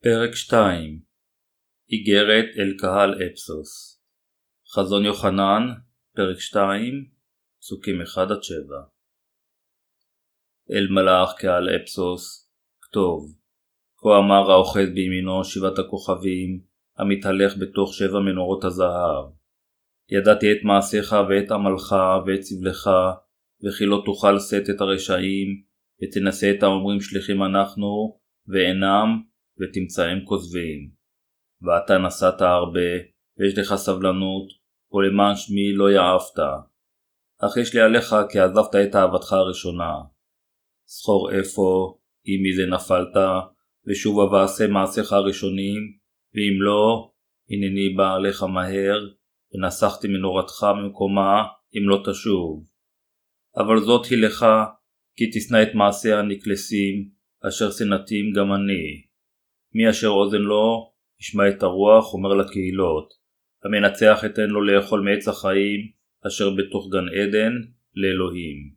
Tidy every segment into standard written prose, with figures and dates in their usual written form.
פרק 2 איגרת אל קהל אפסוס. חזון יוחנן, פרק 2, פסוקים 1-7. אל מלאך קהל אפסוס, כתוב: כה אמר האוחז בימינו 7 הכוכבים, המתהלך בתוך 7 מנורות הזהב. ידעתי את מעשיך ואת עמלך ואת סבלך, וכי לא תוכל לשאת את הרשעים, ותנסה את האומרים שליחים אנחנו, ואינם, ותמצאם כוזבים. ואתה נסעת הרבה, ויש לך סבלנות, ולמען שמי לא יעפת. אך יש לי עליך כי עזבת את אהבתך הראשונה. זכור איפה, אם מזה נפלת, ושובה ועשה מעשיך הראשונים, ואם לא, הנני בא עליך מהר, ונסחתי מנורתך ממקומה, אם לא תשוב. אבל זאת היא לך, כי תשנא את מעשי הנקלסים, אשר שנאתים גם אני. מי אשר אוזן לו, ישמע את הרוח, אומר לקהילות. המנצח אתן לו לאכול מעץ החיים, אשר בתוך גן עדן, לאלוהים.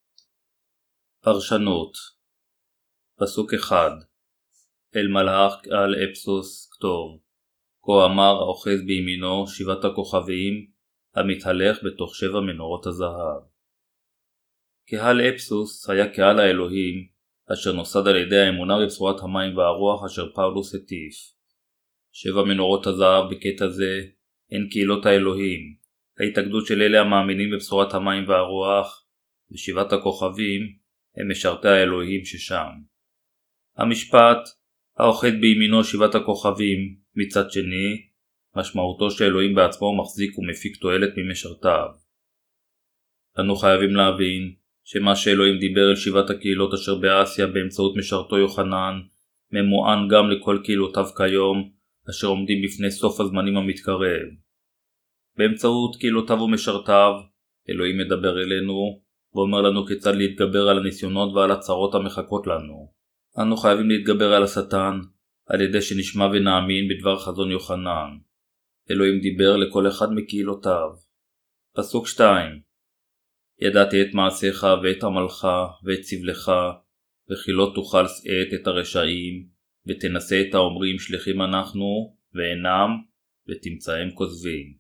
פרשנות. פסוק 1. אל מלאך קהל אפסוס, כתוב: כה אמר האוחז בימינו 7 הכוכבים, המתהלך בתוך 7 מנורות הזהב. קהל אפסוס היה קהל האלוהים, אשר נוסד על ידי האמונה בבשורת המים והרוח אשר פאולוס הטיף. 7 מנורות הזהב בקטע זה הן קהילות האלוהים, ההתאגדות של אלה המאמינים בבשורת המים והרוח, ו7 הכוכבים הם משרתי האלוהים ששם. המשפט האוחז בימינו 7 הכוכבים מצד שני, משמעותו שאלוהים בעצמו מחזיק ומפיק תועלת ממשרתיו. אנו חייבים להבין שמה שאלוהים דיבר אל 7 הקהילות אשר באסיה באמצעות משרתו יוחנן, ממוען גם לכל קהילותיו כיום, אשר עומדים בפני סוף הזמנים המתקרב. באמצעות קהילותיו ומשרתיו, אלוהים מדבר אלינו, ואומר לנו כיצד להתגבר על הניסיונות ועל הצרות המחכות לנו. אנו חייבים להתגבר על השטן, על ידי שנשמע ונאמין בדבר חזון יוחנן. אלוהים דיבר לכל אחד מקהילותיו. פסוק 2. ידעתי את מעשיך ואת עמלך ואת סבלך, וכי לא תוכל לשאת את הרשעים, ותנסה את האומרים שליחים אנחנו, ואינם, ותמצאם כוזבים.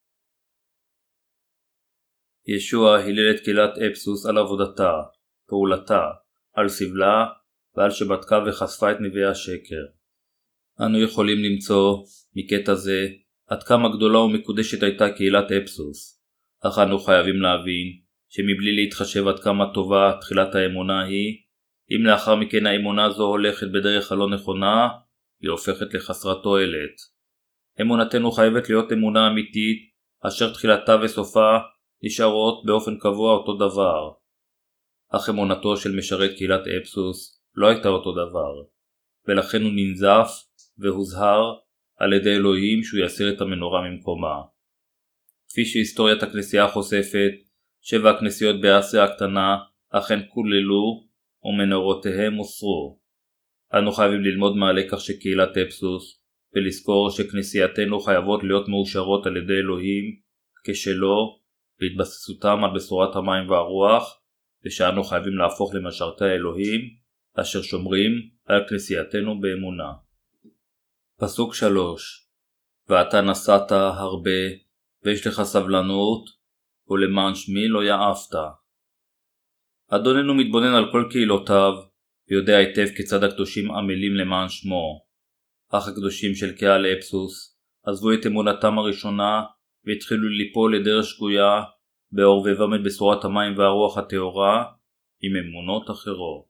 ישוע הלל את קהילת אפסוס על עבודתה, פעולתה, על סבלה, ועל שבדקה וחשפה את נביאי השקר. אנו יכולים למצוא מקטע זה עד כמה גדולה ומקודשת הייתה קהילת אפסוס, אך אנו חייבים להבין שמבלי להתחשב עד כמה טובה תחילת האמונה היא, אם לאחר מכן האמונה זו הולכת בדרך הלא נכונה, היא הופכת לחסרת תועלת. אמונתנו חייבת להיות אמונה אמיתית, אשר תחילתה וסופה נשארות באופן קבוע אותו דבר. אך אמונתו של משרת קהילת אפסוס לא הייתה אותו דבר, ולכן הוא ננזף והוזהר על ידי אלוהים שהוא יסיר את המנורה ממקומה. כפי שהיסטוריית הכנסייה חושפת, 7 הכנסיות באסיה הקטנה אכן כוללו ומנורותיהם הוסרו. אנו חייבים ללמוד מהלקח של קהילת אפסוס ולזכור שכנסייתנו חייבות להיות מאושרות על ידי אלוהים כשלא בהתבססותם על בשורת המים והרוח, ושאנו חייבים להפוך למשרתי האלוהים אשר שומרים על כנסייתנו באמונה. פסוק 3. ואתה נסעת הרבה ויש לך סבלנות, ולמען שמי לא יעפת. אדוננו מתבונן על כל קהילותיו, ויודע היטב כיצד הקדושים עמלים למען שמו. אך הקדושים של קהל אפסוס עזבו את אמונתם הראשונה, והתחילו ליפול לדרך שגויה, בעורבבם את בשורת המים והרוח הטהורה, עם אמונות אחרות.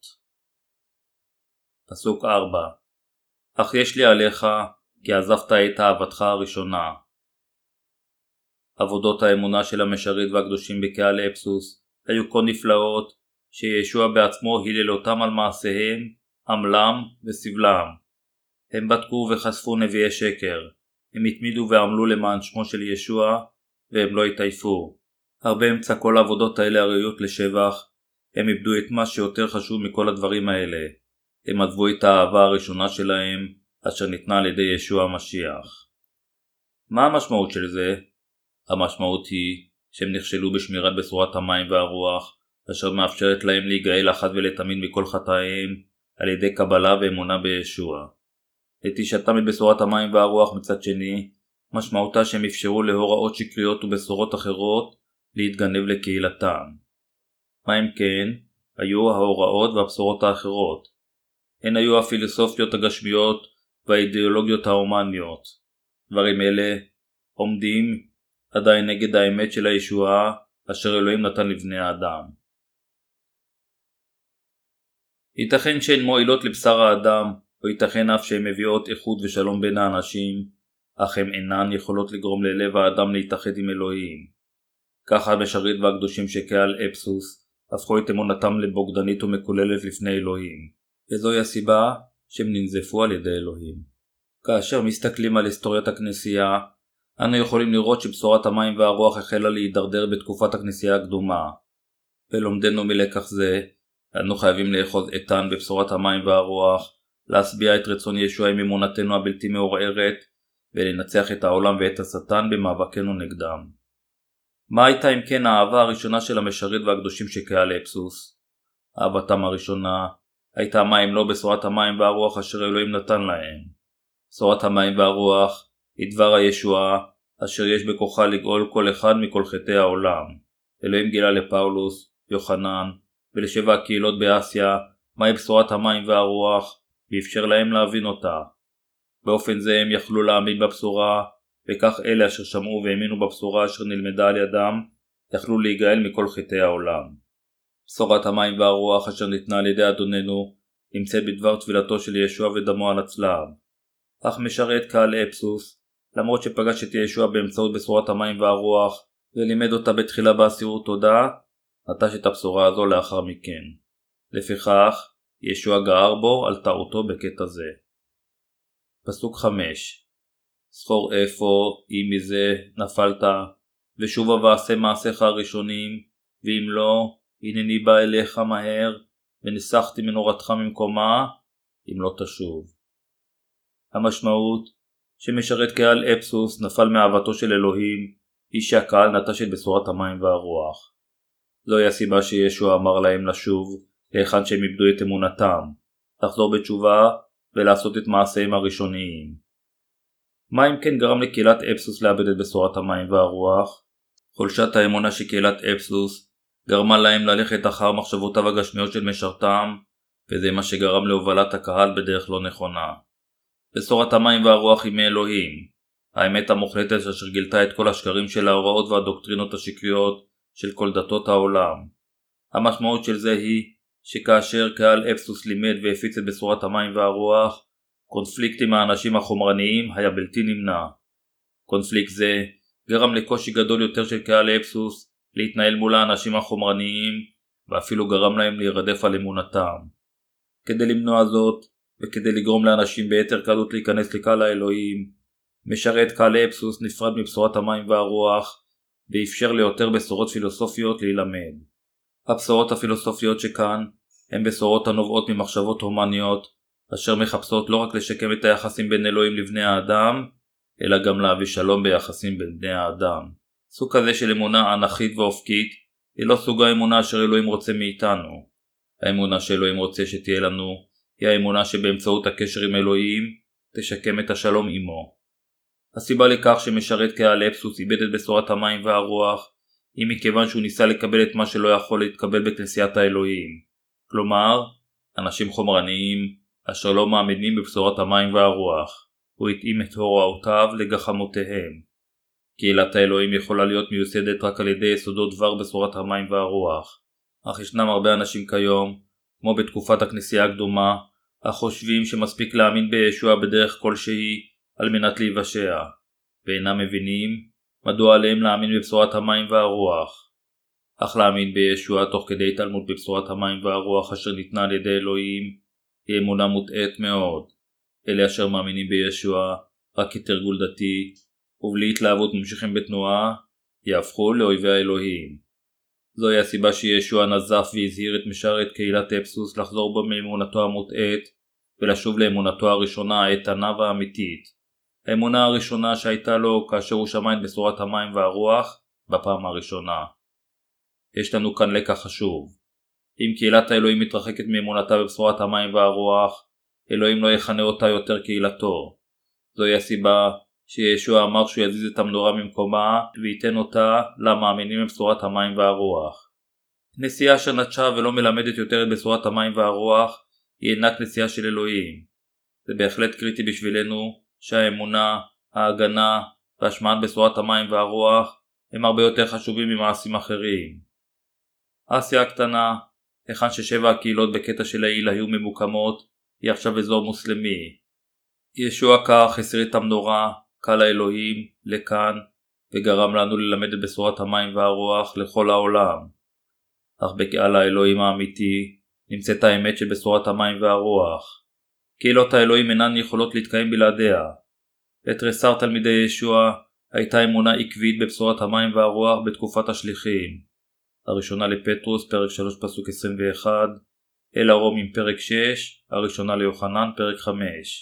פסוק 4. אך יש לי עליך, כי עזבת את אהבתך הראשונה. עבודות האמונה של המשרת והקדושים בקהל אפסוס היו כה נפלאות, שישוע בעצמו הלל אותם על מעשיהם, עמלם וסבלם. הם בדקו וחשפו נביאי שקר, הם התמידו ועמלו למען שמו של ישוע, והם לא התעייפו. הרבה אמצע כל העבודות האלה הראויות לשבח, הם איבדו את מה שיותר חשוב מכל הדברים האלה. הם עזבו את האהבה הראשונה שלהם, אשר ניתנה על ידי ישוע המשיח. מה המשמעות של זה? המשמעות היא שהם נכשלו בשמירת בשורת המים והרוח, אשר מאפשרת להם להיגאל אחת ולתמיד מכל חטאיהם על ידי קבלה ואמונה בישוע. נטישתם מבשורת המים והרוח מצד שני, משמעותה שהם אפשרו להוראות שקריות ובשורות אחרות להתגנב לקהילתם. מה אם כן היו ההוראות והבשורות האחרות? הן היו הפילוסופיות הגשמיות והאידיאולוגיות ההומניות. דברים אלה עומדים עדיין נגד האמת של הישועה אשר אלוהים נתן לבני האדם. ייתכן שהן מועילות לבשר האדם, או ייתכן אף שהן מביאות איחוד ושלום בין האנשים, אך הן אינן יכולות לגרום ללב האדם להתאחד עם אלוהים. ככה המשרת והקדושים שקהל אפסוס הפכו את אמונתם לבוגדנית ומקוללת לפני אלוהים, וזוהי הסיבה שהם ננזפו על ידי אלוהים. כאשר מסתכלים על היסטוריית הכנסייה, אנו יכולים לראות שבשורת המים והרוח החלה להידרדר בתקופת הכנסייה הקדומה. ולומדנו מלקח זה, אנו חייבים לאחוז איתן בבשורת המים והרוח, להשביע את רצון ישוע עם אמונתנו הבלתי מעורערת, ולנצח את העולם ואת השטן במאבקנו נגדם. מה הייתה אם כן האהבה הראשונה של המשרת והקדושים שקהל אפסוס? אהבתם הראשונה הייתה מה אם לא בשורת המים והרוח אשר אלוהים נתן להם. בשורת המים והרוח היא דבר הישועה אשר יש בכוחה לגאול כל אחד מכל חטאי העולם. אלוהים גילה לפאולוס, יוחנן ולשבע הקהילות באסיה מהי בשורת המים והרוח, ואפשר להם להבין אותה. באופן זה הם יכלו להאמין בבשורה, וכך אלה אשר שמעו והאמינו בבשורה אשר נלמדה על ידם יכלו להיגאל מכל חטאי העולם. בשורת המים והרוח אשר ניתנה על ידי אדוננו נמצאת בדבר תפילתו של ישוע ודמו על הצלב. אך משרת קהל אפסוס, למרות שפגש את ישוע באמצעות בשורת המים והרוח ולימד אותה בתחילה באסירות תודה, נטש את הבשורה הזו לאחר מכן. לפיכך ישוע גער בו על טעותו בקטע זה. פסוק 5. זכור איפה אם מזה נפלת, ושובה ועשה מעשיך הראשונים, ואם לא, הנני בא אליך מהר, ונסחתי מנורתך ממקומה, אם לא תשוב. המשמעות שמשרת קהל אפסוס נפל מאהבתו של אלוהים, היא שהקהל נטש את בשורת המים והרוח. זוהי הסיבה שישוע אמר להם לשוב, להיכן שהם איבדו את אמונתם, לחזור בתשובה ולעשות את מעשיהם הראשוניים. מה אם כן גרם לקהילת אפסוס לאבד את בשורת המים והרוח? חולשת האמונה שקהילת אפסוס גרמה להם ללכת אחר מחשבותיו הגשמיות של משרתם, וזה מה שגרם להובלת הקהל בדרך לא נכונה. בשורת המים והרוח היא מאלוהים, האמת המוחלטת אשר גילתה את כל השקרים של ההוראות והדוקטרינות השקריות של כל דתות העולם. המשמעות של זה היא שכאשר קהל אפסוס לימד והפיץ את בשורת המים והרוח, קונפליקט עם האנשים החומרניים היה בלתי נמנע. קונפליקט זה גרם לקושי גדול יותר של קהל אפסוס להתנהל מול האנשים החומרניים, ואפילו גרם להם להירדף על אמונתם. כדי למנוע זאת, וכדי לגרום לאנשים ביתר קלות להיכנס לקהל האלוהים, משרת קהל אפסוס נפרד מבשורת המים והרוח, ואפשר ליותר בשורות פילוסופיות להילמד. הבשורות הפילוסופיות שכאן הן בשורות הנובעות ממחשבות הומניות, אשר מחפשות לא רק לשקם את היחסים בין אלוהים לבני האדם, אלא גם להביא שלום ביחסים בין בני האדם. סוג כזה של אמונה אנכית ואופקית היא לא סוג האמונה אשר אלוהים רוצה מאיתנו. האמונה שאלוהים רוצה שתהיה לנו היא האמונה שבאמצעות הקשר עם אלוהים תשקם את השלום עמו. הסיבה לכך שמשרת קהל אפסוס איבד את בשורת המים והרוח היא מכיוון שהוא ניסה לקבל את מה שלא יכול להתקבל בכנסיית האלוהים. כלומר, אנשים חומרניים אשר לא מאמינים בבשורת המים והרוח. הוא התאים את הוראותיו לגחמותיהם. קהילת האלוהים יכולה להיות מיוסדת רק על ידי יסודות דבר בשורת המים והרוח. אך ישנם הרבה אנשים כיום, כמו בתקופת הכנסייה הקדומה, החושבים שמספיק להאמין בישוע בדרך כלשהי על מנת להיוושע, ואינם מבינים מדוע עליהם להאמין בבשורת המים והרוח. אך להאמין בישוע תוך כדי התעלמות בבשורת המים והרוח אשר ניתנה על ידי אלוהים, היא אמונה מוטעית מאוד. אלה אשר מאמינים בישוע רק כתרגול דתי, ובלי התלהבות ממשיכים בתנועה, יהפכו לאויבי האלוהים. זוהי הסיבה שישוע נזף והזהיר את משרת קהילת אפסוס לחזור בו מאמונתו המוטעית, ולשוב לאמונתו הראשונה האיתנה והאמיתית. האמונה הראשונה שהייתה לו כאשר הוא שמע את בשורת המים והרוח בפעם הראשונה. יש לנו כאן לקח חשוב. אם קהילת האלוהים מתרחקת מאמונתה בבשורת המים והרוח, אלוהים לא יכנה אותה יותר קהילתו. זוהי הסיבה שישוע אמר שהוא יזיז את המנורה ממקומה וייתן אותה למאמינים בבשורת המים והרוח. כנסייה אשר נטשה ולא מלמדת יותר את בשורת המים והרוח היא אינה כנסייה של אלוהים. זה בהחלט קריטי בשבילנו שהאמונה, ההגנה והשמעת בשורת המים והרוח הם הרבה יותר חשובים ממעשים אחרים. אסיה הקטנה, היכן ש7 הקהילות בקטע של העיל היו ממוקמות, היא עכשיו אזור מוסלמי. ישוע כך הסיר את המנורה, קל האלוהים, לכאן, וגרם לנו ללמד את בשורת המים והרוח לכל העולם. אך בקהל האלוהים האמיתי נמצאת האמת של בשורת המים והרוח. קהילות האלוהים אינן יכולות להתקיים בלעדיה. לתריסר תלמידי ישוע הייתה אמונה עקבית בבשורת המים והרוח בתקופת השליחים. הראשונה לפטרוס פרק 3 פסוק 21, אל הרומים פרק 6, הראשונה ליוחנן פרק 5.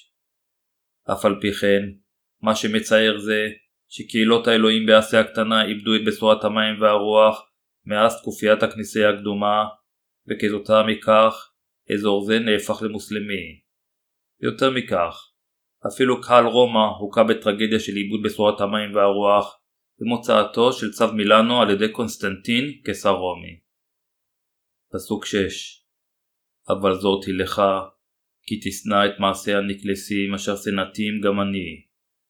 אף על פי כן, מה שמצער זה שקהילות האלוהים באסיה הקטנה איבדו את בשורת המים והרוח מאז תקופיית הכנסייה הקדומה, וכתוצאה מכך אזור זה נהפך למוסלמי. יותר מכך, אפילו קהל רומא הוקע בטרגדיה של איבוד בשורת המים והרוח במוצאתו של צו מילאנו על ידי קונסטנטין קיסר רומי. פסוק 6. אבל זורתי לך, כי תשנא את מעשי הנקלסים אשר שנאתים גם אני.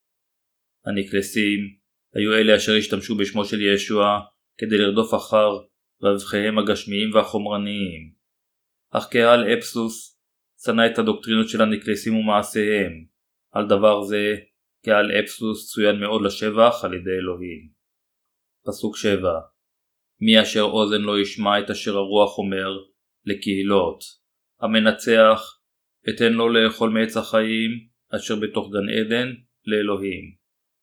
הנקלסים היו אלה אשר השתמשו בשמו של ישוע כדי לרדוף אחר רווחיהם הגשמיים והחומרניים. אך קהל אפסוס שנא את הדוקטרינות של הנקלסים ומעשיהם. על דבר זה קהל אפסוס צוין מאוד לשבח על ידי אלוהים. פסוק 7. מי אשר אוזן לא ישמע את אשר הרוח אומר לקהילות. המנצח אתן לו לאכול מעץ החיים אשר בתוך גן עדן לאלוהים.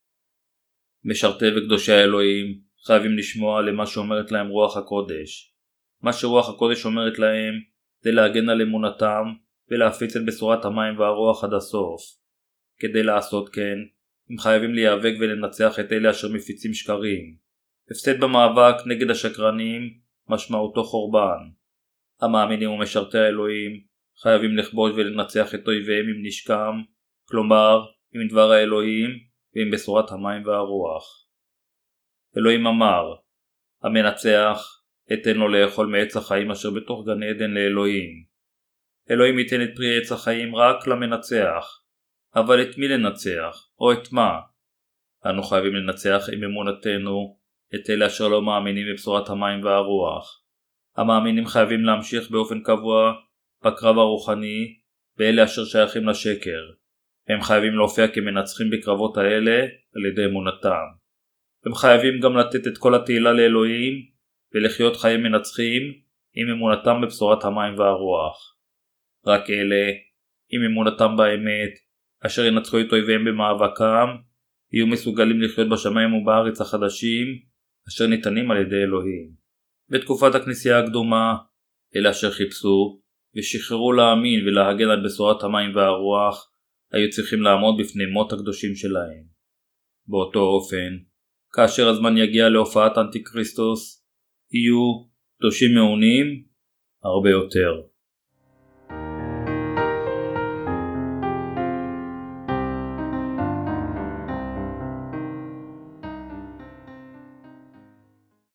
משרתי וקדושי האלוהים חייבים לשמוע למה שאומרת להם רוח הקודש. מה שרוח הקודש אומרת להם זה להגן על אמונתם ולהפיץ את בשורת המים והרוח עד הסוף. כדי לעשות כן, הם חייבים להיאבק ולנצח את אלה אשר מפיצים שקרים. הפסד במאבק נגד השקרנים משמעותו חורבן. המאמינים ומשרתי האלוהים חייבים לכבוש ולנצח את אויביהם עם נשקם, כלומר עם דבר האלוהים ועם בשורת המים והרוח. אלוהים אמר, המנצח אתן לו לאכול מעץ החיים אשר בתוך גן עדן לאלוהים. אלוהים ייתן את פרי עץ החיים רק למנצח. אבל את מי לנצח, או את מה? אנו חייבים לנצח עם אמונתנו את אלה אשר לא מאמינים בבשורת המים והרוח. המאמינים חייבים להמשיך באופן קבוע בקרב הרוחני באלה אשר שייכים לשקר. הם חייבים להופיע כמנצחים בקרבות האלה על ידי אמונתם. הם חייבים גם לתת את כל התהילה לאלוהים ולחיות חיים מנצחים עם אמונתם בבשורת המים והרוח. רק אלה, עם אמונתם באמת, אשר ינצחו את אויביהם במאבקם, יהיו מסוגלים לחיות בשמיים ובארץ החדשים, אשר ניתנים על ידי אלוהים. בתקופת הכנסייה הקדומה, אלה אשר חיפשו ושחררו להאמין ולהגן על בשורת המים והרוח, היו צריכים לעמוד בפני מות הקדושים שלהם. באותו אופן, כאשר הזמן יגיע להופעת אנטי כריסטוס, יהיו קדושים מעונים הרבה יותר.